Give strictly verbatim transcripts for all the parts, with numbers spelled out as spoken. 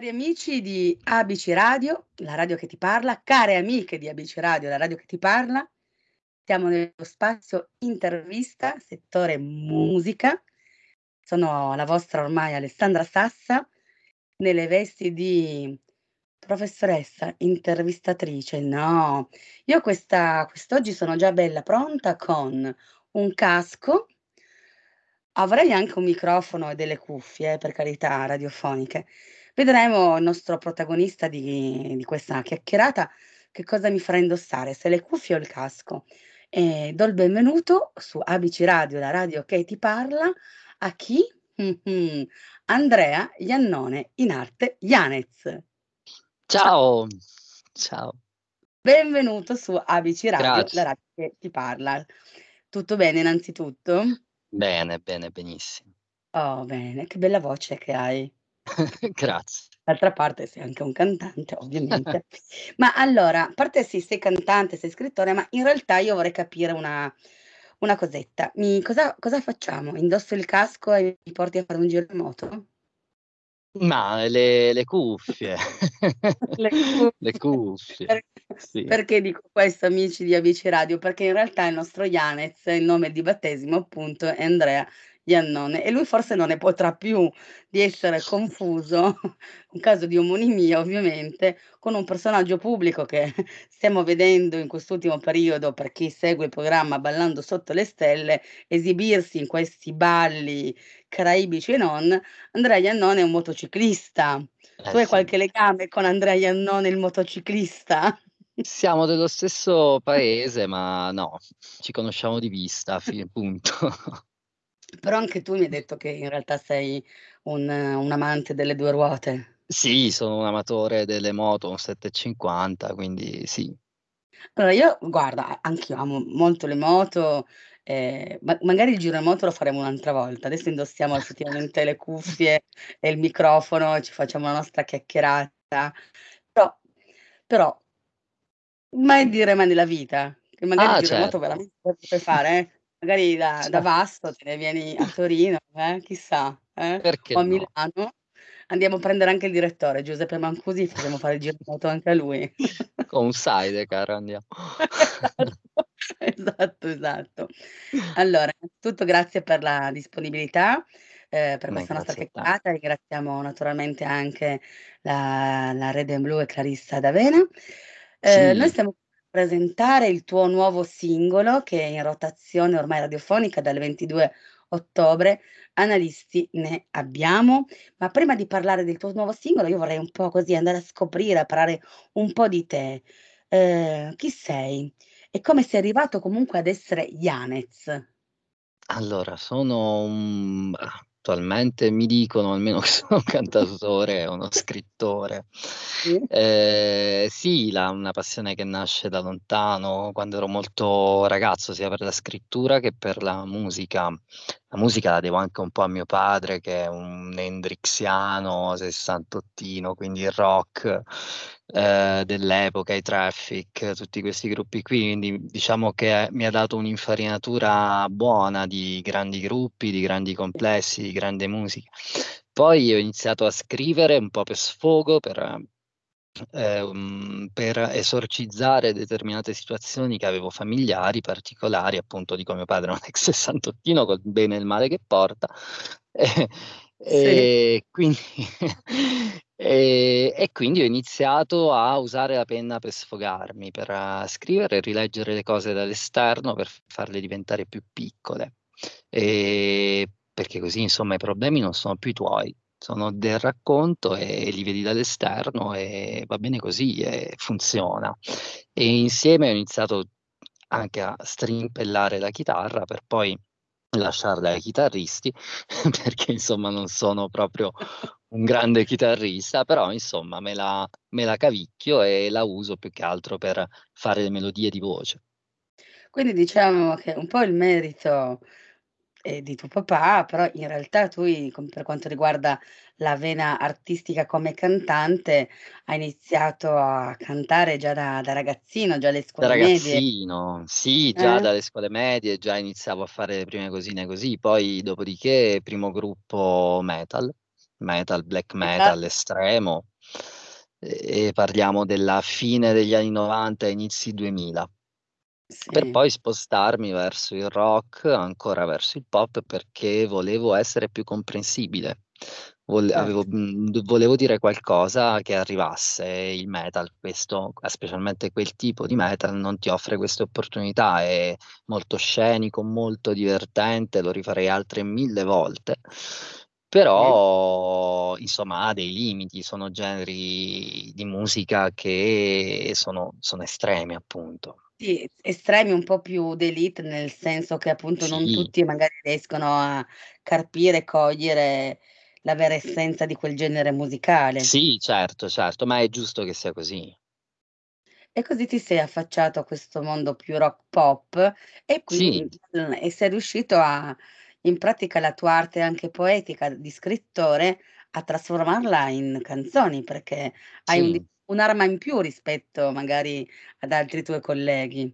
Cari amici di A B C Radio, la radio che ti parla, care amiche di A B C Radio, la radio che ti parla, siamo nello spazio intervista, settore musica. Sono la vostra ormai Alessandra Sassa, nelle vesti di professoressa, intervistatrice. No, io questa quest'oggi sono già bella pronta con un casco, avrei anche un microfono e delle cuffie, eh, per carità, radiofoniche. Vedremo il nostro protagonista di di questa chiacchierata che cosa mi farà indossare, se le cuffie o il casco. E do il benvenuto su A B C Radio, la radio che ti parla, a chi? Mh-mh, Andrea Iannone, in arte Yanez. Cia Ciao, ciao. Benvenuto su A B C Radio, la Grazie. radio che ti parla. Tutto bene innanzitutto? Bene, bene, benissimo. Oh, bene, che bella voce che hai. Grazie. D'altra parte sei anche un cantante, ovviamente. Ma allora, a parte sì, sei cantante, sei scrittore, ma in realtà io vorrei capire una una cosetta. Mi cosa cosa facciamo? Indosso il casco e mi porti a fare un giro in moto? Ma le le cuffie. Le Le cuffie. cuffie, Per sì. perché dico questo amici di A B C Radio? Perché in realtà il nostro Yanez, il nome di battesimo appunto è Andrea Iannone e lui forse non ne potrà più di essere confuso, un caso di omonimia ovviamente, con un personaggio pubblico che stiamo vedendo in quest'ultimo periodo, per chi segue il programma Ballando sotto le stelle, esibirsi in questi balli caraibici e non. Andrea Iannone è un motociclista. Eh Tu hai sì. qualche legame con Andrea Iannone il motociclista? Siamo dello stesso paese, ma no, ci conosciamo di vista, fi punto. Però anche tu mi hai detto che in realtà sei un un amante delle due ruote. Sì, sono un amatore delle moto, un settecentocinquanta, quindi sì. Allora io guarda, a anch'io amo molto le moto, ehm, ma magari il giro in moto lo faremo un'altra volta. Adesso indossiamo effettivamente le cuffie e il microfono e ci facciamo la nostra chiacchierata. Però però mai dire mai nella vita, che magari il Ah, giro in moto certo. veramente lo puoi fare, eh. Magari da da Ce Vasto te ne vieni a Torino, eh, chissà, eh, Perché o a no? Milano. Andiamo a prendere anche il direttore Giuseppe Mancusi, facciamo fare il giro in moto anche a lui. Con un sidecar andiamo. Esatto, esatto, esatto. Allora, innanzitutto grazie per la disponibilità, ehm, per Ma questa nostra grazie a te. chiacchierata. Ringraziamo naturalmente anche la la Red and Blue e Clarissa D'Avena. Ehm, noi Sì. stiamo per presentare il tuo nuovo singolo che è in rotazione ormai radiofonica dal ventidue ottobre, Analisti ne abbiamo. Ma prima di parlare del tuo nuovo singolo io vorrei un po' così andare a scoprire, a parlare un po' di te. Ehm, chi sei? E come sei arrivato comunque ad essere Yanez? Allora, sono un attualmente mi dicono almeno che sono un cantautore, uno scrittore. Sì. Ehm, sì, la una passione che nasce da lontano, quando ero molto ragazzo, sia per la scrittura che per la musica. La musica la devo anche un po' a mio padre che è un hendrixiano sessantottino, quindi il rock, ehm, dell'epoca, i Traffic, tutti questi gruppi qui, quindi diciamo che mi ha dato un'infarinatura buona di grandi gruppi, di grandi complessi, di grande musica. Poi ho iniziato a scrivere un po' per sfogo, per ehm, per esorcizzare determinate situazioni che avevo familiari, particolari, appunto dico mio padre è un ex sessantottino col bene e il male che porta, e Sì. e quindi e e quindi ho iniziato a usare la penna per sfogarmi, per scrivere e rileggere le cose dall'esterno per farle diventare più piccole. Ehm, perché così insomma i problemi non sono più i tuoi, sono del racconto e li vedi dall'esterno e va bene così e funziona. E insieme ho iniziato anche a strimpellare la chitarra per poi lasciarla ai chitarristi, perché insomma non sono proprio un grande chitarrista, però insomma me la me la cavicchio e la uso più che altro per fare le melodie di voce. Quindi diciamo che un po' il merito è di tuo papà, però in realtà tu i com per quanto riguarda la vena artistica come cantante, hai iniziato a cantare già da da ragazzino, già alle Da scuole medie, ragazzino, sì, già eh? dalle scuole medie, già iniziavo a fare le prime cosine così, poi dopodiché primo gruppo metal, metal, black Esa metal estremo. e e parliamo della fine degli anni novanta e inizi duemila. Per Sì, poi spostarmi verso il rock, ancora verso il pop, perché volevo essere più comprensibile. Vol- avevo- certo. mh, volevo dire qualcosa che arrivasse. Il metal, questo, specialmente quel tipo di metal, non ti offre queste opportunità. È molto scenico, molto divertente, lo rifarei altre mille volte. Sì. Però, insomma, ha dei limiti, sono generi di musica che sono, sono estremi, appunto. Sì, estremi un po' più d'élite, nel senso che appunto non Sì, tutti magari riescono a carpire e cogliere la vera essenza di quel genere musicale. sì, certo, certo, ma è giusto che sia così. E così ti sei affacciato a questo mondo più rock pop e Sì, quindi mhmm, e sei riuscito a in pratica la tua arte anche poetica di scrittore, a trasformarla in canzoni, perché hai un di sì. un'arma in più rispetto magari ad altri tuoi colleghi.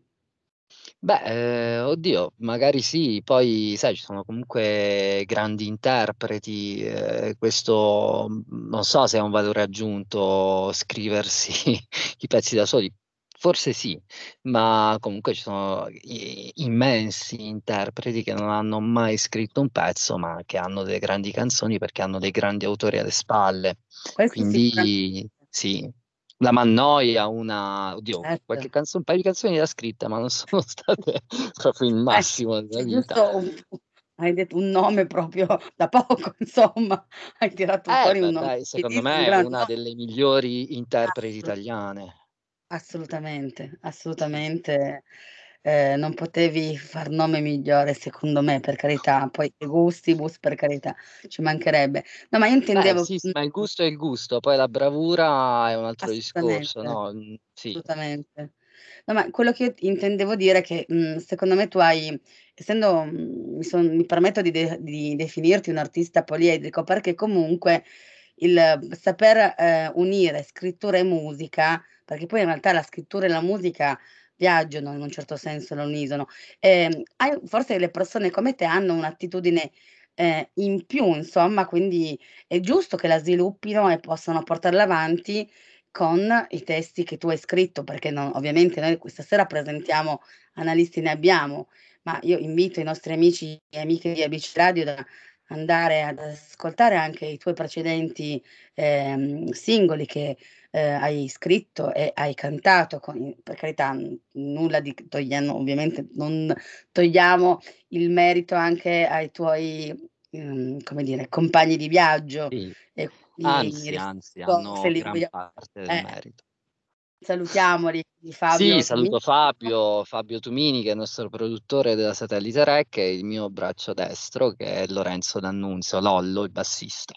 Beh, ehm, oddio, magari sì, poi sai ci sono comunque grandi interpreti, ehm, questo, mhmm, non so se ha un valore aggiunto scriversi i pezzi da soli, forse sì, ma comunque ci sono i immensi interpreti che non hanno mai scritto un pezzo, ma che hanno delle grandi canzoni perché hanno dei grandi autori alle spalle. Questo sicuramente, Quindi sì. La Mannoia, una oddio, qualche certo. canzo un paio di canzoni le ha scritte, ma non sono state proprio il Eh, massimo della c'è vita. giusto un hai detto un nome proprio da poco insomma, hai tirato Eh, fuori un beh, nome dai, secondo fighissimo, un me è gran una nome. delle migliori interpreti Assolut italiane. Assolutamente, Sì. assolutamente, ehm, non potevi far nome migliore secondo me, per carità, poi de gustibus, per carità, ci mancherebbe. No, ma io Beh, intendevo sì, sì, ma il mhmm, gusto è il gusto, poi la bravura è un altro discorso, assolutamente, no, mhmm, sì, assolutamente. No, ma quello che io intendevo dire è che, mhmm, secondo me tu hai essendo mhmm, mi son mi permetto di de di definirti un artista poliedrico, perché comunque il saper, ehm, unire scrittura e musica, perché poi in realtà la scrittura e la musica viaggiano in un certo senso all'unisono, ehm, hai forse le persone come te hanno un'attitudine, ehm, in più insomma, quindi è giusto che la sviluppino e possano portarla avanti con i testi che tu hai scritto, perché no ovviamente noi questa sera presentiamo Analisti ne abbiamo, ma io invito i nostri amici e amiche di A B C Radio da andare ad ascoltare anche i tuoi precedenti, ehm, singoli che, ehm, hai scritto e hai cantato con i per carità, n nulla di c togliendo ovviamente non togliamo il merito anche ai tuoi, mhmm, come dire, compagni di viaggio sì. e quindi mi Anzi, anzi, riferisco se hanno li gran voglio parte del eh, merito. salutiamoli, di Sì, Fabio Tumino. saluto Fabio, Fabio Tumini che è il nostro produttore della Satellite Rec e il mio braccio destro che è Lorenzo D'Annunzio, Lollo, il bassista.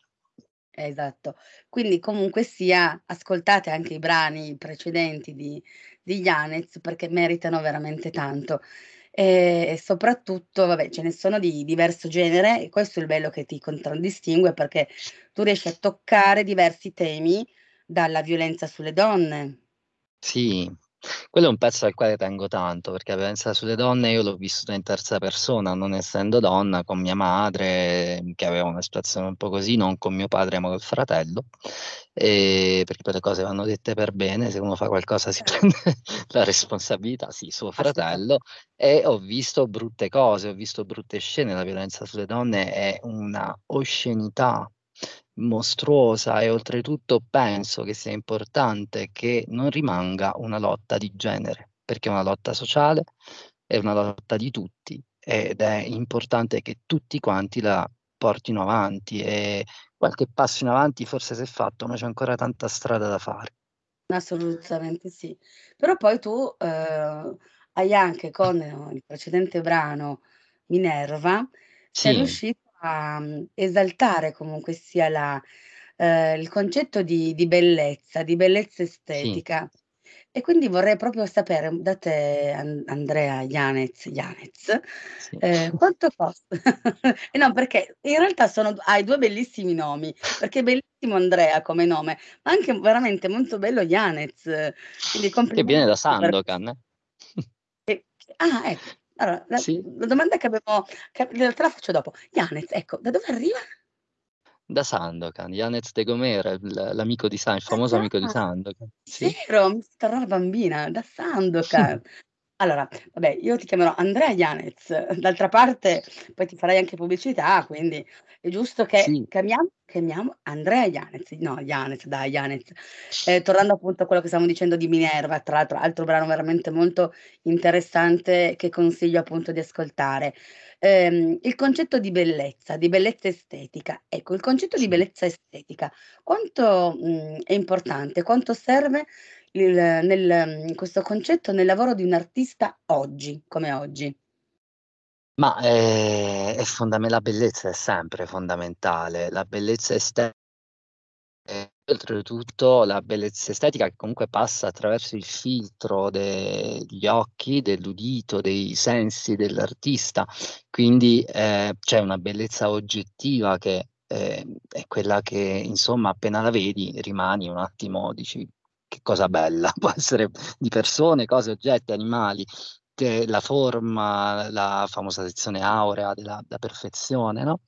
Esatto. Quindi comunque sia, ascoltate anche i brani precedenti di di Yanez perché meritano veramente tanto. Ehm, e soprattutto, vabbè, ce ne sono di diverso genere e questo è il bello che ti contraddistingue perché tu riesci a toccare diversi temi, dalla violenza sulle donne. Sì, quello è un pezzo al quale tengo tanto, perché la violenza sulle donne io l'ho vissuta in terza persona, non essendo donna, con mia madre, che aveva una situazione un po' così, non con mio padre, ma col fratello, e perché poi le cose vanno dette per bene, se uno fa qualcosa si Certo. prende la responsabilità, sì, suo Assolutamente. fratello, e ho visto brutte cose, ho visto brutte scene, la violenza sulle donne è una oscenità mostruosa e oltretutto penso che sia importante che non rimanga una lotta di genere, perché è una lotta sociale, è una lotta di tutti ed è importante che tutti quanti la portino avanti e qualche passo in avanti forse s'è fatto, ma c'è ancora tanta strada da fare. Assolutamente sì. Però poi tu, ehm, hai anche con eh, il precedente brano, Minerva, sei Sì, riuscito a, mhmm, esaltare comunque sia la ehm, il concetto di di bellezza, di bellezza sì, estetica. E quindi vorrei proprio sapere da te, An Andrea Yanez Yanez, sì. ehm, quanto costa eh no, perché in realtà sono d hai due bellissimi nomi, perché è bellissimo Andrea come nome, ma anche veramente molto bello Yanez, quindi Che viene complimenti da per Sandokan. eh. che che ah, ecco. Allora la Sì. la domanda che avevo che in realtà la faccio dopo. Yanez, ecco, da dove arriva? Da Sandokan, Janez de Gomera, il l'amico di Sa il Ah famoso già, amico di Sandokan, sì. vero, mi son tornata bambina, da Sandokan. Allora, vabbè, io ti chiamerò Andrea Janez, d'altra parte poi ti farai anche pubblicità, quindi è giusto che Sì, chiamiamo chiamiamo Andrea Janez, no Janez, dai Janez. Ehm, tornando appunto a quello che stavamo dicendo di Minerva, tra l'altro altro brano veramente molto interessante che consiglio appunto di ascoltare. Ehm, il concetto di bellezza, di bellezza estetica. Ecco, il concetto di sì. bellezza estetica quanto, mhmm, è importante, quanto serve il nel mhmm, questo concetto nel lavoro di un artista oggi, come oggi? Ma, ehm, è fondame la bellezza è sempre fondamentale. La bellezza este e oltretutto la bellezza estetica che comunque passa attraverso il filtro degli occhi, dell'udito, dei sensi dell'artista. Quindi, ehm, c'è una bellezza oggettiva che, ehm, è quella che insomma appena la vedi rimani un attimo, dici: "Che cosa bella." Può essere di persone, cose, oggetti, animali, che la forma, la famosa sezione aurea della la perfezione, no,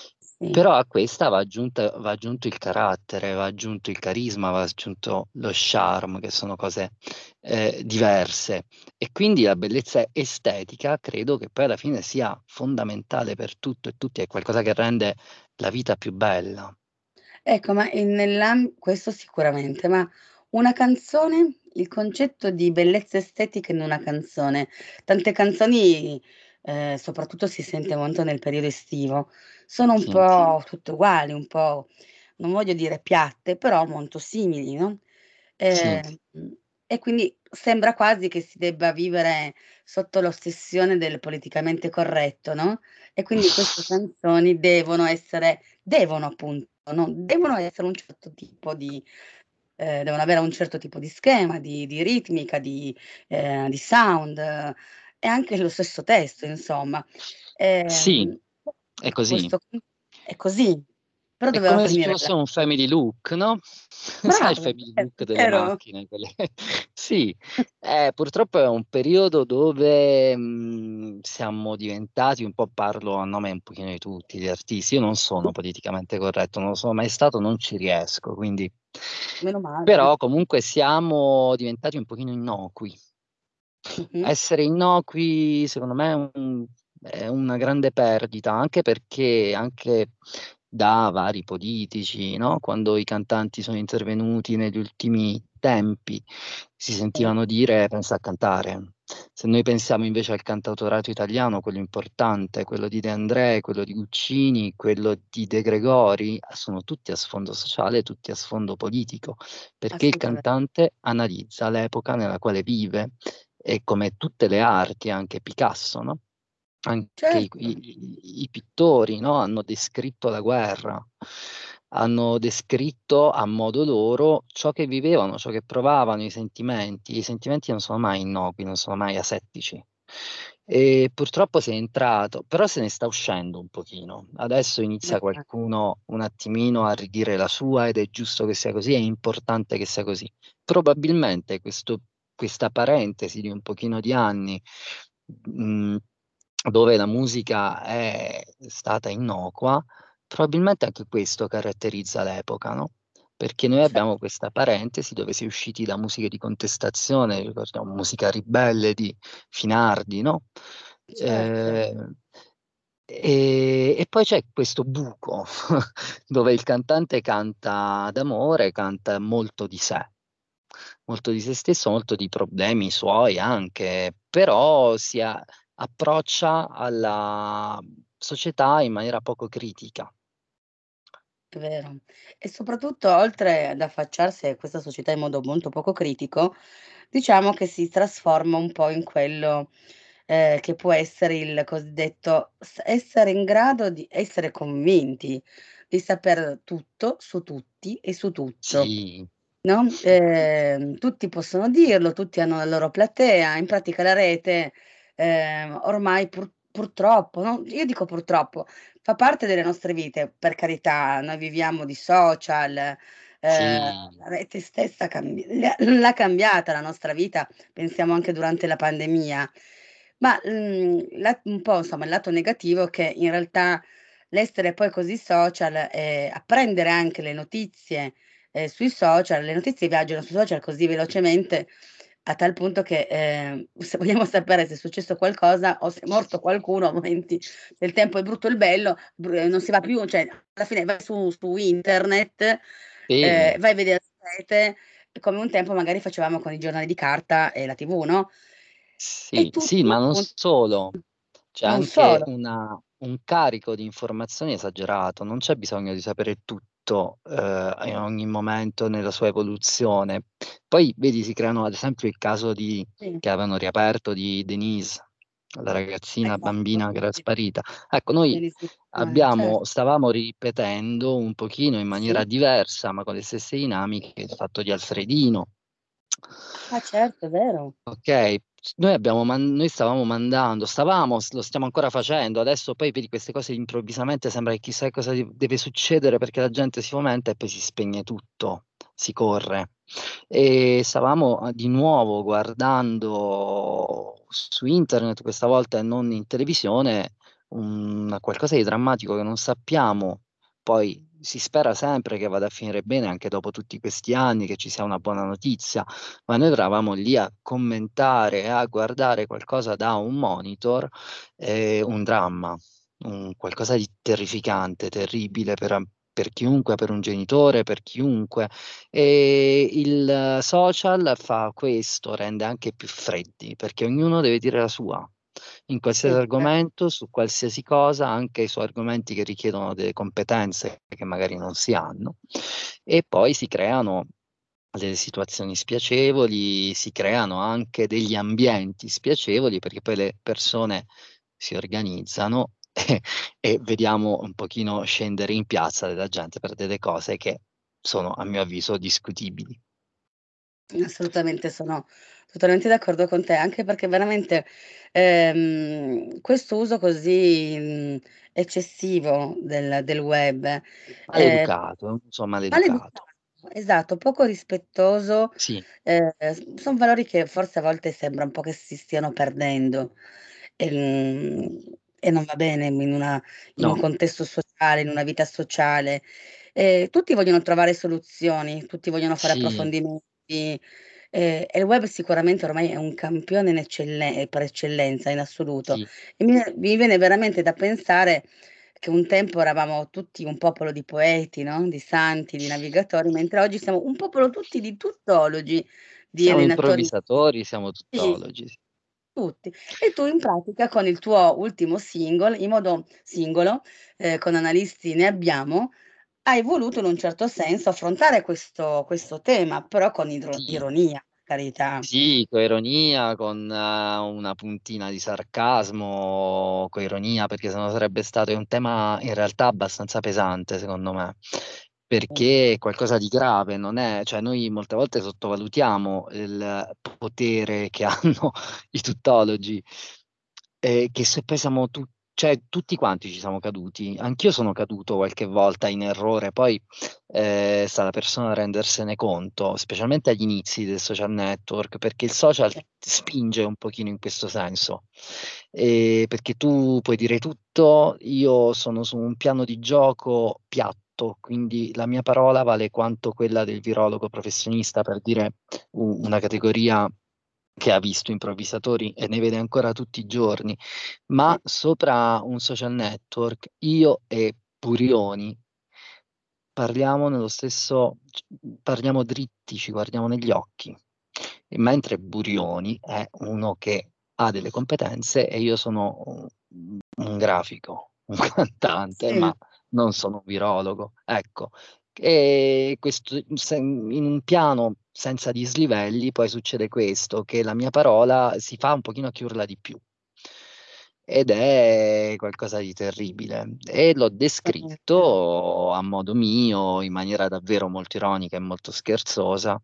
Sì. però a questa va aggiunta va aggiunto il carattere, va aggiunto il carisma, va aggiunto lo charme, che sono cose, ehm, diverse. E quindi la bellezza estetica credo che poi alla fine sia fondamentale per tutto e tutti, è qualcosa che rende la vita più bella. Ecco, ma, ehm, nell'am questo sicuramente, ma una canzone? Il concetto di bellezza estetica in una canzone. Tante canzoni, ehm, soprattutto si sente molto nel periodo estivo, sono un Sì, po' tutte uguali, un po' non voglio dire piatte, però molto simili, no, sì. ehm, e quindi sembra quasi che si debba vivere sotto l'ossessione del politicamente corretto, no, e quindi queste canzoni devono essere devono appunto, no, devono essere un certo tipo di ehm, devono avere un certo tipo di schema, di di ritmica, di ehm, di sound eh, e anche lo stesso testo insomma. Sì, Ehm, è ecco così. questo qui è così, però È doveva come se ci venire da fosse un family look, no, sai il bravo, family è look delle vero? macchine, quelle sì, eh, purtroppo è un periodo dove, mhmm, siamo diventati un po' parlo a nome un pochino di tutti gli artisti, io non sono politicamente corretto, non lo sono mai stato, non ci riesco, quindi Meno male. però comunque siamo diventati un pochino innocui. Mh-mh. Essere innocui secondo me è un è una grande perdita, anche perché anche da vari politici, no, quando i cantanti sono intervenuti negli ultimi tempi, si Sì, sentivano dire: "Pensa a cantare". Se noi pensiamo invece al cantautorato italiano, quello importante, quello di De André, quello di Guccini, quello di De Gregori, sono tutti a sfondo sociale, tutti a sfondo politico, perché il assolutamen cantante analizza l'epoca nella quale vive e come tutte le arti, anche Picasso, no, anche i certo, i i i pittori, no, hanno descritto la guerra, hanno descritto a modo loro ciò che vivevano, ciò che provavano, i sentimenti. I sentimenti non sono mai innocui, non sono mai asettici. E purtroppo si è entrato però se ne sta uscendo un pochino. Adesso inizia esa qualcuno un attimino a ridire la sua ed è giusto che sia così, è importante che sia così. Probabilmente questo questa parentesi di un pochino di anni, mhmm, dove la musica è stata innocua, probabilmente anche questo caratterizza l'epoca, no, perché noi cer abbiamo questa parentesi dove si è usciti da musiche di contestazione, ricordiamo Musica ribelle di Finardi, no, certo, ehm, e e poi c'è questo buco dove il cantante canta d'amore, canta molto di sé. Molto di se stesso, molto di problemi suoi anche, però si a approccia alla società in maniera poco critica. è vero. E soprattutto oltre ad affacciarsi a questa società in modo molto poco critico, diciamo che si trasforma un po' in quello, ehm, che può essere il cosiddetto s essere in grado di essere convinti di saper tutto su tutti e su tutto. Sì, No, ehm, tutti possono dirlo, tutti hanno la loro platea, in pratica la rete, ehm, ormai pur purtroppo, no, io dico purtroppo, fa parte delle nostre vite, per carità, noi viviamo di social, ehm, sì, la rete stessa cambi l'ha l'ha cambiata la nostra vita, pensiamo anche durante la pandemia, ma, mhmm, la un po' insomma il lato negativo è che in realtà l'essere poi così social e apprendere anche le notizie, ehm, sui social, le notizie viaggiano sui social così velocemente, a tal punto che, ehm, se vogliamo sapere se è successo qualcosa o se è morto qualcuno a momenti del tempo è brutto e il bello, br non si va più, cioè alla fine vai su su internet, Sì, ehm, vai a vedere la rete, come un tempo magari facevamo con i giornali di carta e la T V, no, e sì, sì, tutti ma non appun solo. C'è non anche solo. una un carico di informazioni esagerato, non c'è bisogno di sapere tutto, ehm, in ogni momento nella sua evoluzione. Poi vedi, si creano ad esempio il caso di Sì, che avevano riaperto di Denise, la ragazzina esatto. bambina che era Sì, sparita. Ecco, noi Denis Mukwege, abbiamo certo. stavamo ripetendo un pochino in maniera Sì. diversa, ma con le stesse dinamiche, il fatto di Alfredino. Ah certo, è vero. Okay, s noi abbiamo man noi stavamo mandando stavamo, s lo stiamo ancora facendo, adesso poi vedi queste cose improvvisamente sembra che chissà cosa de deve succedere perché la gente si fomenta e poi si spegne tutto, si corre. E stavamo, uhm, di nuovo guardando su internet, questa volta e non in televisione, un qualcosa di drammatico che non sappiamo, poi si spera sempre che vada a finire bene anche dopo tutti questi anni, che ci sia una buona notizia, ma noi eravamo lì a commentare e a guardare qualcosa da un monitor, ehm, un dramma, un qualcosa di terrificante, terribile per a per chiunque, per un genitore, per chiunque. E il social fa questo, rende anche più freddi, perché ognuno deve dire la sua. In qualsiasi Sì, cer argomento, su qualsiasi cosa, anche su argomenti che richiedono delle competenze che magari non si hanno, e poi si creano delle situazioni spiacevoli, si creano anche degli ambienti spiacevoli, perché poi le persone si organizzano e e vediamo un pochino scendere in piazza della gente per delle cose che sono, a mio avviso, discutibili. assolutamente sono totalmente d'accordo con te, anche perché veramente, ehm, questo uso così, mhmm, eccessivo del del web, ehm Maleducato, è un uso maleducato. maleducato, esatto, poco rispettoso, Sì, ehm, s son valori che forse a volte sembra un po' che si stiano perdendo, ehm, e non va bene in una in un no, contesto sociale, in una vita sociale. Ehm, tutti vogliono trovare soluzioni, tutti vogliono fare sì, approfondimenti, ehm, e il web sicuramente ormai è un campione in eccelle per eccellenza in assoluto. sì, E mi vie mi viene veramente da pensare che un tempo eravamo tutti un popolo di poeti, no, di santi, di navigatori, mentre oggi siamo un popolo tutti di tuttologi, di siamo allenatori improvvisatori, siamo sì, tuttologi, sì. tutti. E tu in pratica con il tuo ultimo single, in modo singolo, ehm, con Analisti ne abbiamo, hai voluto in un certo senso affrontare questo questo tema, però con idro Sì. ironia, per carità. Sì, co' ironia, con eh, una puntina di sarcasmo, co' ironia, perché se no sarebbe stato è un tema in realtà abbastanza pesante secondo me, Mh. perché è qualcosa di grave, non è cioè noi molte volte sottovalutiamo il potere che hanno i tuttologi, ehm, che se poi siamo tu cioè tutti quanti ci siamo caduti. Anch'io sono caduto qualche volta in errore, poi ehm, sta alla persona a rendersene conto, specialmente agli inizi del social network, perché il social Sì, ti spinge un pochino in questo senso, ehm, perché tu puoi dire tutto, io sono su un piano di gioco piatto, quindi la mia parola vale quanto quella del virologo professionista, per dire u una categoria che ha visto improvvisatori e ne vede ancora tutti i giorni, ma sì. sopra un social network io e Burioni parliamo nello stesso c parliamo dritti, ci guardiamo negli occhi. E mentre Burioni è uno che ha delle competenze e io sono u un un grafico, un cantante, Sì. ma non sono un virologo, ecco. E questo se in un piano senza dislivelli poi succede questo, che la mia parola si fa un pochino a chi urla di più. Ed è qualcosa di terribile e l'ho Assolutamente. descritto a modo mio, in maniera davvero molto ironica e molto scherzosa,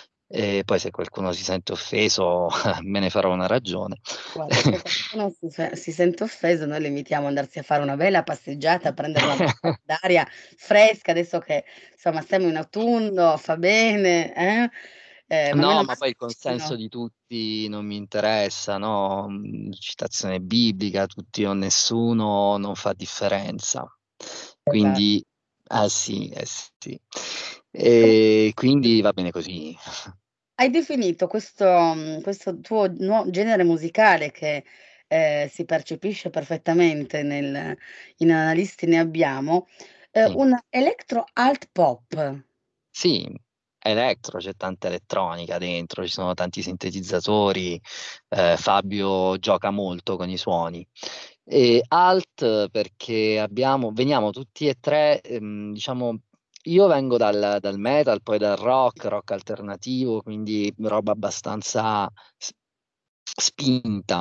e poi se qualcuno si sente offeso me ne farò una ragione. Guarda, se qualcuno si se si sente offeso, noi lo invitiamo ad andarsi a fare una bella passeggiata, a prendere una boccata d'aria fresca, adesso che insomma siamo in autunno, fa bene, eh, ehm, ma meno No, ma male poi il che consenso vicino di tutti non mi interessa, no, mhmm, citazione biblica, tutti o nessuno non fa differenza. Esatto. Quindi, eh sì, eh sì. Com E quindi va bene così. Hai definito questo mhmm, questo tuo nuo genere musicale che, ehm, si percepisce perfettamente nel in Analisti ne abbiamo, ehm, Sì. un electro alt pop. Sì, elettro, c'è tanta elettronica dentro, ci sono tanti sintetizzatori, ehm, Fabio gioca molto con i suoni. E alt perché abbiamo veniamo tutti e tre, ehm, diciamo io vengo dal dal metal, poi dal rock, rock alternativo, quindi roba abbastanza s spinta.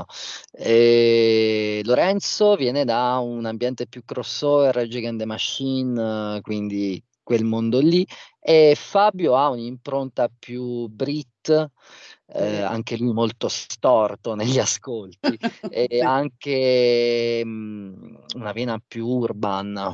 Ehm, Lorenzo viene da un ambiente più crossover, Rage Against the Machine, quindi quel mondo lì, e Fabio ha un'impronta più brit, ehm, Sì. anche lui molto storto negli ascolti, e Sì. anche, mhmm, una vena più urban.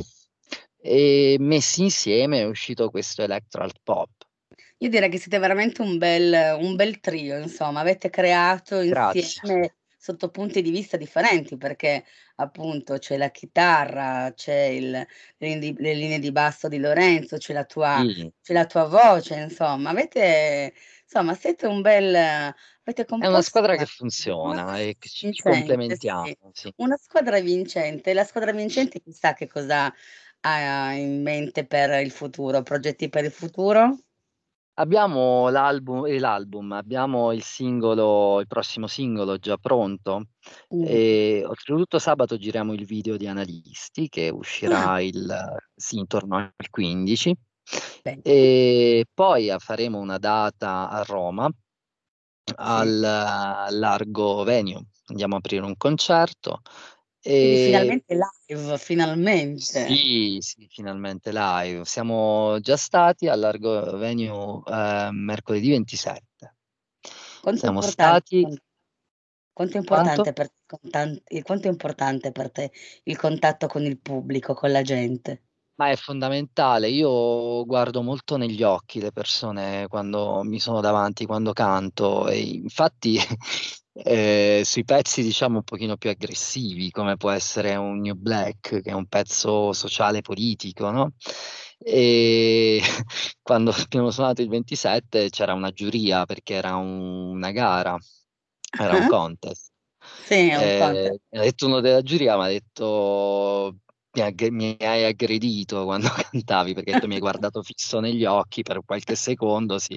E messi insieme è uscito questo electro alt pop. Io direi che siete veramente un bel un bel trio, insomma. Avete creato Grazie. insieme sotto punti di vista differenti, perché appunto c'è la chitarra, c'è il le linee di le linee di basso di Lorenzo, c'è la tua Sì. c'è la tua voce, insomma. Avete insomma siete un bel avete È una composto squadra che una una funziona cosa e che ci ci vincente, sì. complementiamo, sì. Una squadra vincente. E la squadra vincente chissà che cosa ha in mente per il futuro, progetti per il futuro? Abbiamo l'albu ehm, l'album, abbiamo il singolo il prossimo singolo già pronto, Mh. e oltretutto sabato giriamo il video di Analisti che Ah, uscirà il sì, intorno al quindici, bene, e poi a faremo una data a Roma, sì. al Largo Venue. Andiamo a aprire un concerto, Quindi e finalmente live, finalmente. sì, sì, finalmente live. Siamo già stati al Largo Venue, ehm, mercoledì ventisette. Quanto è Siamo importante stati con quanto è quanto? importante per te contan e quanto è importante per te il contatto con il pubblico, con la gente? Ma è fondamentale. Io guardo molto negli occhi le persone quando mi sono davanti, quando canto, e infatti, ehm, sui pezzi diciamo un pochino più aggressivi, come può essere un New Black, che è un pezzo sociale politico, no, ehm, quando abbiamo suonato il ventisette c'era una giuria perché era un una gara, era un Ah-ah. contest. Sì, è un Ehm, contest. mi ha detto uno della giuria, m'ha detto: "Mi aggre mi hai aggredito quando cantavi", perché ha detto: "Mi hai guardato fisso negli occhi per qualche secondo", sì.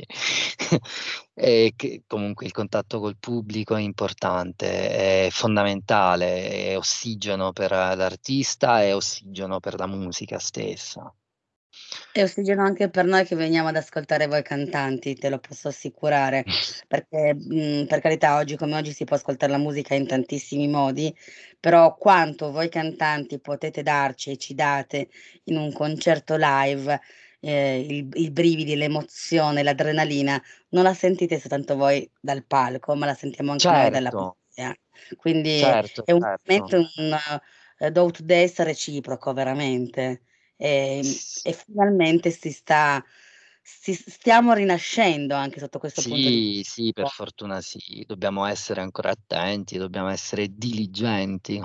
E che comunque il contatto col pubblico è importante, è fondamentale, è ossigeno per l'artista, è ossigeno per la musica stessa. E ossigeno anche per noi che veniamo ad ascoltare voi cantanti, te lo posso assicurare, perché, mhmm, per carità oggi come oggi si può ascoltare la musica in tantissimi modi, però quanto voi cantanti potete darci e ci date in un concerto live, ehm, il i brividi, l'emozione, l'adrenalina, non la sentite soltanto voi dal palco, ma la sentiamo anche noi dalla Certo, platea. Quindi certo, è un certo. momento, un ehm, do ut des reciproco veramente. Ehm, S e finalmente si sta si stiamo rinascendo anche sotto questo punto di Sì, sì, per vista. fortuna sì. Dobbiamo essere ancora attenti, dobbiamo essere diligenti,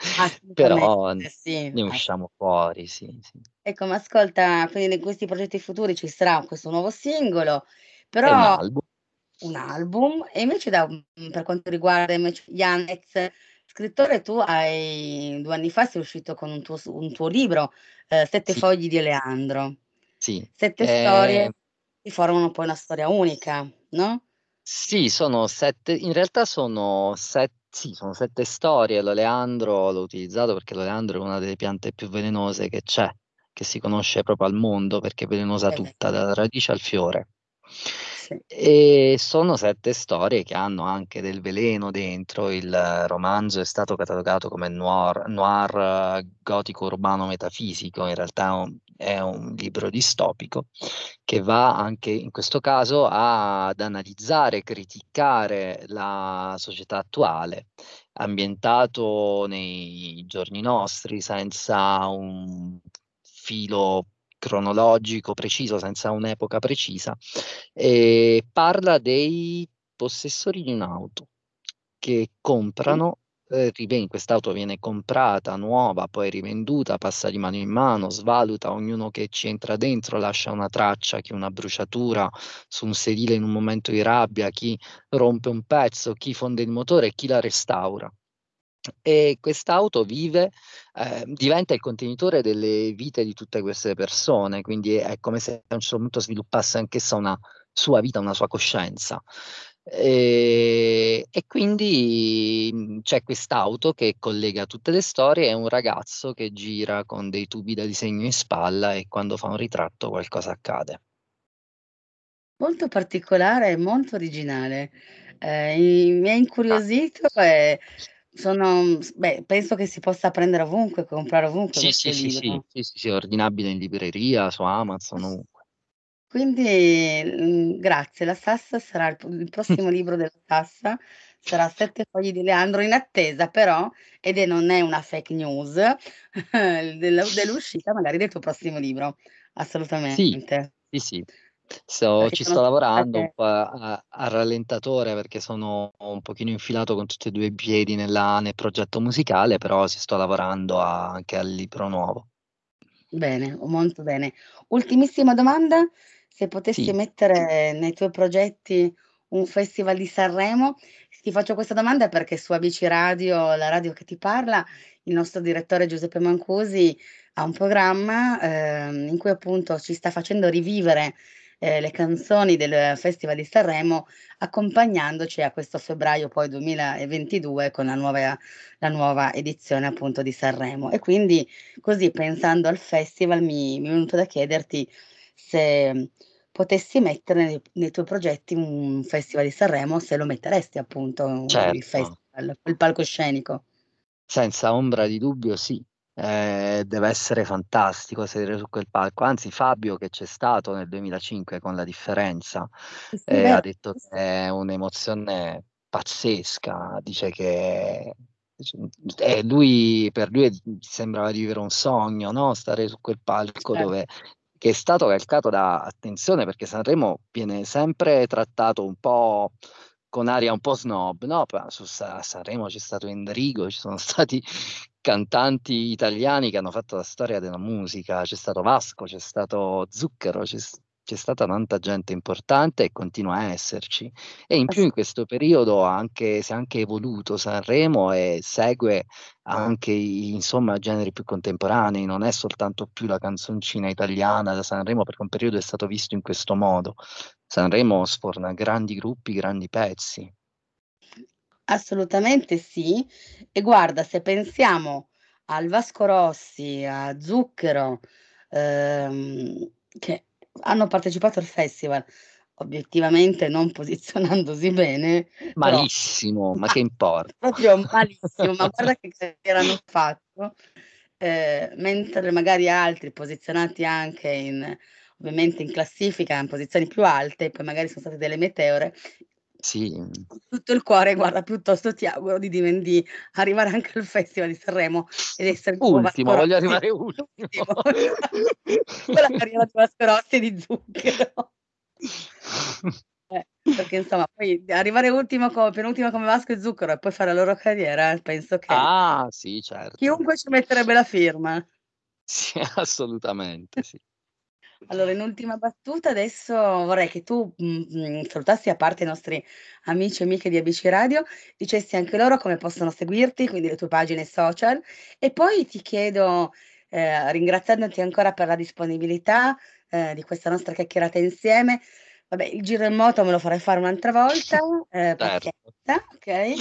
però Assolutamente sì, ne ass usciamo fuori, sì, sì. ecco, ma ascolta, quindi in questi progetti futuri ci sarà questo nuovo singolo, È un però album, un album e invece da mhmm, per quanto riguarda invece Yanez, scrittore, tu hai due anni fa sei uscito con un tuo s un tuo libro, ehm, Sette sì, fogli di Eleandro. sì. Sette Ehm, storie che formano poi una storia unica, no? sì, sono sette, in realtà sono set sì, sono sette storie. L'oleandro l'ho utilizzato perché l'oleandro è una delle piante più velenose che c'è, che si conosce proprio al mondo, perché è velenosa È tutta, vero, dalla radice al fiore. sì. E sono sette storie che hanno anche del veleno dentro. Il romanzo è stato catalogato come noir noir eh, gotico urbano metafisico, in realtà è un è un libro distopico che va anche in questo caso ad analizzare, criticare la società attuale, ambientato nei giorni nostri, senza un filo cronologico preciso, senza un'epoca precisa, e parla dei possessori di un'auto che Sì, comprano eh, riven- quest'auto viene comprata nuova, poi rivenduta, passa di mano in mano, svaluta, ognuno che ci entra dentro lascia una traccia, chi una bruciatura su un sedile in un momento di rabbia, chi rompe un pezzo, chi fonde il motore e chi la restaura. E quest'auto vive, eh, diventa il contenitore delle vite di tutte queste persone, quindi è come se a un certo punto sviluppasse anch'essa una sua vita, una sua coscienza. E, e quindi mh, c'è quest'auto che collega tutte le storie e un ragazzo che gira con dei tubi da disegno in spalla e quando fa un ritratto qualcosa accade. Molto particolare e molto originale. Ehm, i mi ha Ah, incuriosito e sono s beh, penso che si possa prendere ovunque, comprare ovunque sì, questo sì, sì, sì, libro. sì, sì, sì, è ordinabile in libreria, su Amazon, ovunque. Quindi, mhmm, grazie. La Sassa sarà il p il prossimo libro della Sassa, sarà Sette fogli di Leandro, in attesa però, ed e non è una fake news, della dell'uscita magari del tuo prossimo libro. Sì, Assolutamente. sì, sì. Sto Perché ci sono sto lavorando un state po' a a rallentatore perché sono un pochino infilato con tutti e due i piedi nella nel progetto musicale, però ci sto lavorando a anche al libro nuovo. bene, molto bene. Ultimissima domanda, se potessi Sì, mettere nei tuoi progetti un festival di Sanremo, ti faccio questa domanda perché su A B C Radio, la radio che ti parla, il nostro direttore Giuseppe Mancusi ha un programma, ehm, in cui appunto ci sta facendo rivivere, ehm, le canzoni del Festival di Sanremo, accompagnandoci a questo febbraio poi duemilaventidue con la nuova la nuova edizione appunto di Sanremo. E quindi così pensando al festival mi mi è venuto da chiederti se, mhmm, potessi mettere nei nei tuoi progetti un festival di Sanremo, se lo metteresti appunto il certo. festival, il palcoscenico. Senza ombra di dubbio sì, ehm, deve essere fantastico sedere su quel palco. Anzi Fabio che c'è stato nel duemilacinque con La differenza, Sì, sì, ehm, ha vero, detto che giusto. è un'emozione pazzesca, dice che c eh, lui per lui è sembrava di vivere un sogno, no, stare su quel palco Cer dove che è stato calcato da attenzione, perché Sanremo viene sempre trattato un po' con aria un po' snob, no, pa su Sa a Sanremo c'è stato Endrigo, ci sono stati cantanti italiani che hanno fatto la storia della musica, c'è stato Vasco, c'è stato Zucchero, c'è s c'è stata tanta gente importante e continua a esserci. E in più ass in questo periodo anche si è anche evoluto Sanremo e segue anche i insomma generi più contemporanei, non è soltanto più la canzoncina italiana da Sanremo, perché un periodo è stato visto in questo modo. Sanremo sforna grandi gruppi, grandi pezzi. assolutamente sì. E guarda, se pensiamo al Vasco Rossi, a Zucchero, ehm, che hanno partecipato al festival, obiettivamente non posizionandosi bene, però Malissimo, ma ma che importa? proprio malissimo, ma guarda che carriera hanno fatto, ehm, mentre magari altri posizionati anche in ovviamente in classifica, in posizioni più alte, poi magari son state delle meteore. Sì, mhmm, Con tutto il cuore, guarda, piuttosto ti auguro di diven di arrivare anche al Festival di Sanremo ed essere come Vasco ultimo, voglio Rossi, arrivare ultimo. l'ultimo. Come la carriera di Vasco Rossi e di Zucchero. Eh, perché insomma poi arrivare ultimo co penultimo come Vasco e Zucchero e poi fare la loro carriera, penso che Ah, sì, certo. chiunque ci metterebbe la firma. Sì, assolutamente sì. Allora, in ultima battuta adesso vorrei che tu, mhmm, mhmm, salutassi a parte i nostri amici e amiche di A B C Radio, dicessi anche loro come possono seguirti, quindi le tue pagine social, e poi ti chiedo, ehm, ringraziandoti ancora per la disponibilità, ehm, di questa nostra chiacchierata insieme. Vabbè, il giro in moto me lo farai fare un'altra volta, ehm, Certo, pazienza, okay?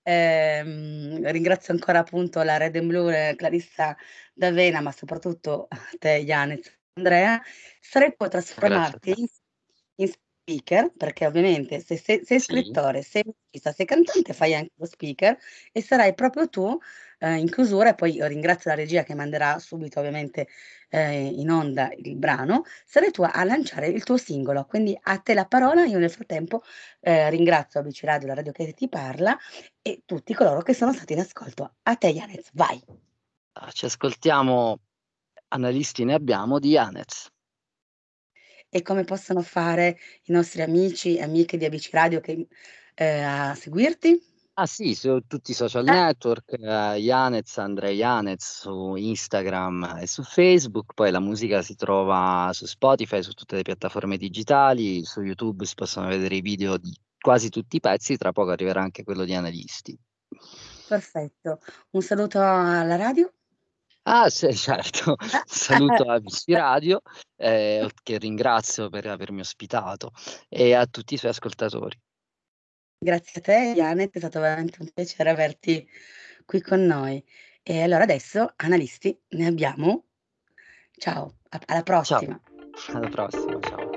Ehm, ringrazio ancora appunto la Red and Blue, ehm, Clarissa D'Avena, ma soprattutto a te, Yanez, Andrea. Sarei può grazie a trasformarti te. in s in speaker, perché ovviamente se se sei Sì, scrittore, sei musicista, sei cantante, fai anche lo speaker e sarai proprio tu, ehm, in chiusura e poi io ringrazio la regia che manderà subito ovviamente, ehm, in onda il brano, sarai tu a lanciare il tuo singolo. Quindi a te la parola, io nel frattempo, ehm, ringrazio A B C Radio, la radio che ti parla, e tutti coloro che sono stati in ascolto. A te Yanez, vai. ah, ci ascoltiamo "Analisti ne abbiamo" di Yanez. E come possono fare i nostri amici e amiche di A B C Radio che ehm, a seguirti? Ah sì, su tutti i social Eh. network, ehm, Yanez, Andrea Yanez su Instagram e su Facebook, poi la musica si trova su Spotify, su tutte le piattaforme digitali, su YouTube si possono vedere i video di quasi tutti i pezzi, tra poco arriverà anche quello di Analisti. Perfetto. Un saluto alla radio. Ah sì, certo. Saluto a A B C Radio, ehm, che ringrazio per avermi ospitato, e a tutti i suoi ascoltatori. Grazie a te Yanez, è stato veramente un piacere averti qui con noi. E allora adesso Analisti ne abbiamo. Ciao, a alla Ciao, prossima. alla prossima, ciao.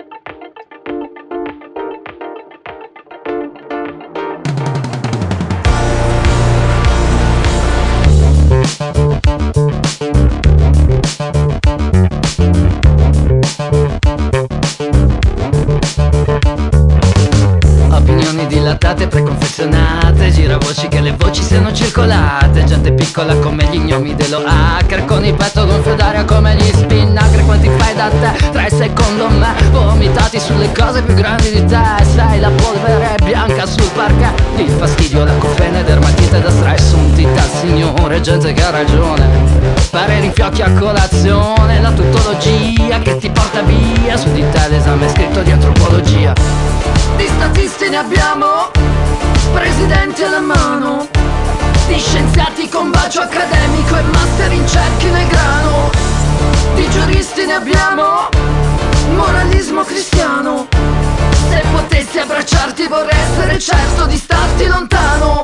Opinioni dilattate, preconfezionate, gira voci che le voci siano circolate. Gente piccola come gli gnomi dello hacker, con il petto gonfio d'aria come gli spinacre. Quanti fai da te? Tre secondo me, vomitati sulle cose più grandi di te. Sei la polvere bianca sul parquet, il fastidio, la cofene, dermatite da stress, unti dal signore, gente che ha ragione. Pareri infiocchi a colazione, la tutologia che ti porta via. Su di te l'esame scritto di antropologia. Di statisti ne abbiamo, presidenti alla mano, di scienziati con bacio accademico e master in cerchi nel grano. Di giuristi ne abbiamo, moralismo cristiano. Se potessi abbracciarti vorrei essere certo di starti lontano.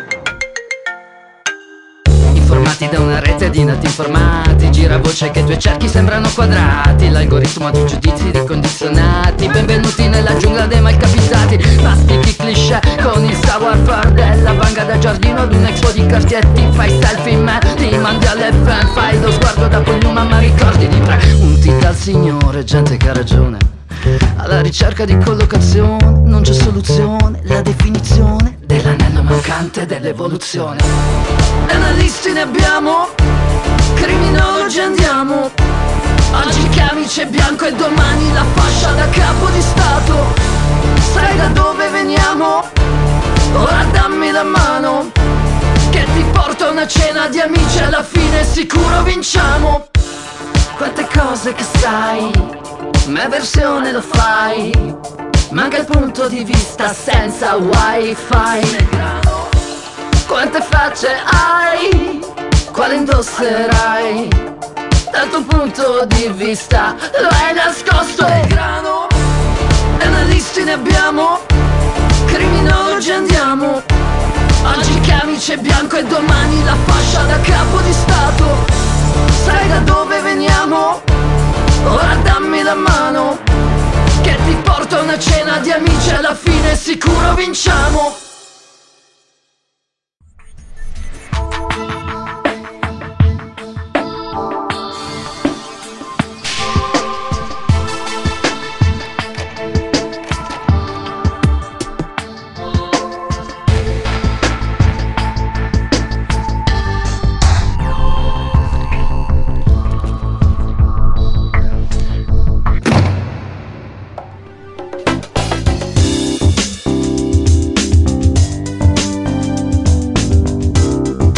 Informati da una rete di nati informati, gira voce che i tuoi cerchi sembrano quadrati. L'algoritmo di giudizi ricondizionati, benvenuti nella giungla dei malcapitati. Mastichi cliché con il savoir-faire della vanga da giardino ad un expo di Cartietti. Fai selfie in me, ti mandi alle fan, fai lo sguardo da Pogliuma ma ricordi di pre. Unti dal signore, gente che ha ragione, alla ricerca di collocazione, non c'è soluzione, la definizione dell'anello mancante dell'evoluzione. Analisti ne abbiamo, criminologi andiamo. Oggi il camice è bianco e domani la fascia da capo di stato. Sai da dove veniamo? Ora dammi la mano, che ti porto a una cena di amici, alla fine sicuro vinciamo. Quante cose che sai, ma versione lo fai, manca il punto di vista senza wifi. Quante facce hai, quale indosserai, dal tuo punto di vista lo hai nascosto. Analisti ne abbiamo, criminologi andiamo. Oggi il camice è bianco e domani la fascia da capo di stato. Sai da dove veniamo? Ora dammi la mano, che ti porto a una cena di amici, alla fine sicuro vinciamo.